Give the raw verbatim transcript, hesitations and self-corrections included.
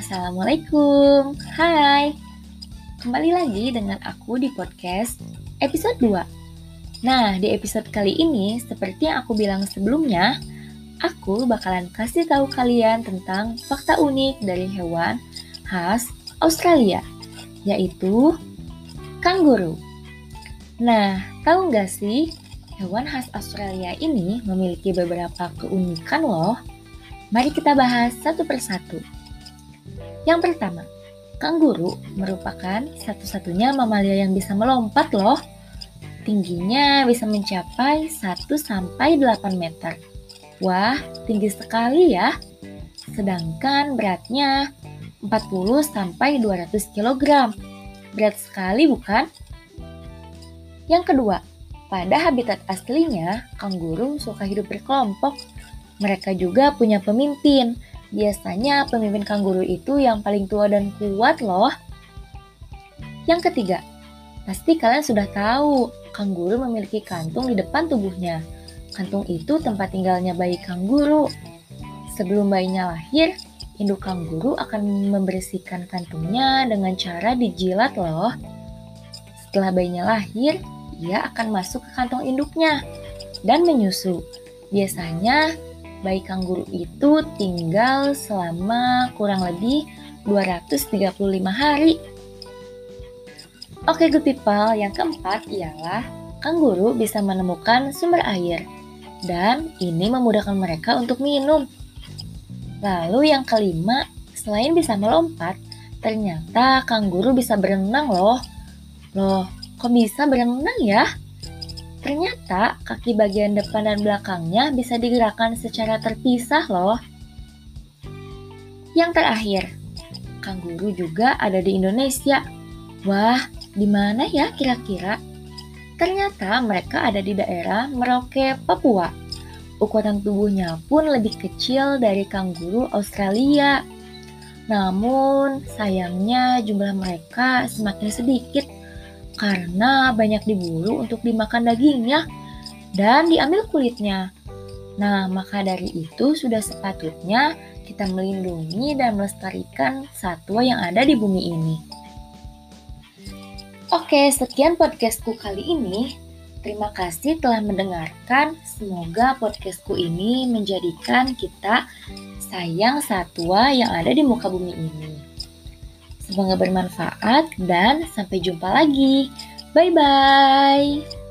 Assalamualaikum, hai. Kembali lagi dengan aku di podcast episode dua. Nah, di episode kali ini, seperti yang aku bilang sebelumnya, aku bakalan kasih tahu kalian tentang fakta unik dari hewan khas Australia, yaitu kanguru. Nah, tahu nggak sih, hewan khas Australia ini memiliki beberapa keunikan loh. Mari kita bahas satu persatu. Yang pertama, kanguru merupakan satu-satunya mamalia yang bisa melompat loh. Tingginya bisa mencapai satu sampai delapan meter. Wah, tinggi sekali ya. Sedangkan beratnya empat puluh sampai dua ratus kilogram. Berat sekali bukan? Yang kedua, pada habitat aslinya, kanguru suka hidup berkelompok. Mereka juga punya pemimpin. Biasanya pemimpin kanguru itu yang paling tua dan kuat loh. Yang ketiga, pasti kalian sudah tahu, kanguru memiliki kantung di depan tubuhnya. Kantung itu tempat tinggalnya bayi kanguru. Sebelum bayinya lahir, induk kanguru akan membersihkan kantungnya dengan cara dijilat loh. Setelah bayinya lahir, ia akan masuk ke kantong induknya dan menyusu. Biasanya bayi kanguru itu tinggal selama kurang lebih dua ratus tiga puluh lima hari. Oke good people, yang keempat ialah kanguru bisa menemukan sumber air dan ini memudahkan mereka untuk minum. Lalu yang kelima, selain bisa melompat, ternyata kanguru bisa berenang loh. Loh, kok bisa berenang ya? Ternyata kaki bagian depan dan belakangnya bisa digerakkan secara terpisah loh. Yang terakhir, kanguru juga ada di Indonesia. Wah, di mana ya kira-kira? Ternyata mereka ada di daerah Merauke, Papua. Ukuran tubuhnya pun lebih kecil dari kanguru Australia. Namun, sayangnya jumlah mereka semakin sedikit karena banyak diburu untuk dimakan dagingnya dan diambil kulitnya. Nah, maka dari itu sudah sepatutnya kita melindungi dan melestarikan satwa yang ada di bumi ini. Oke, sekian podcastku kali ini. Terima kasih telah mendengarkan. Semoga podcastku ini menjadikan kita sayang satwa yang ada di muka bumi ini. Semoga bermanfaat dan sampai jumpa lagi. Bye-bye.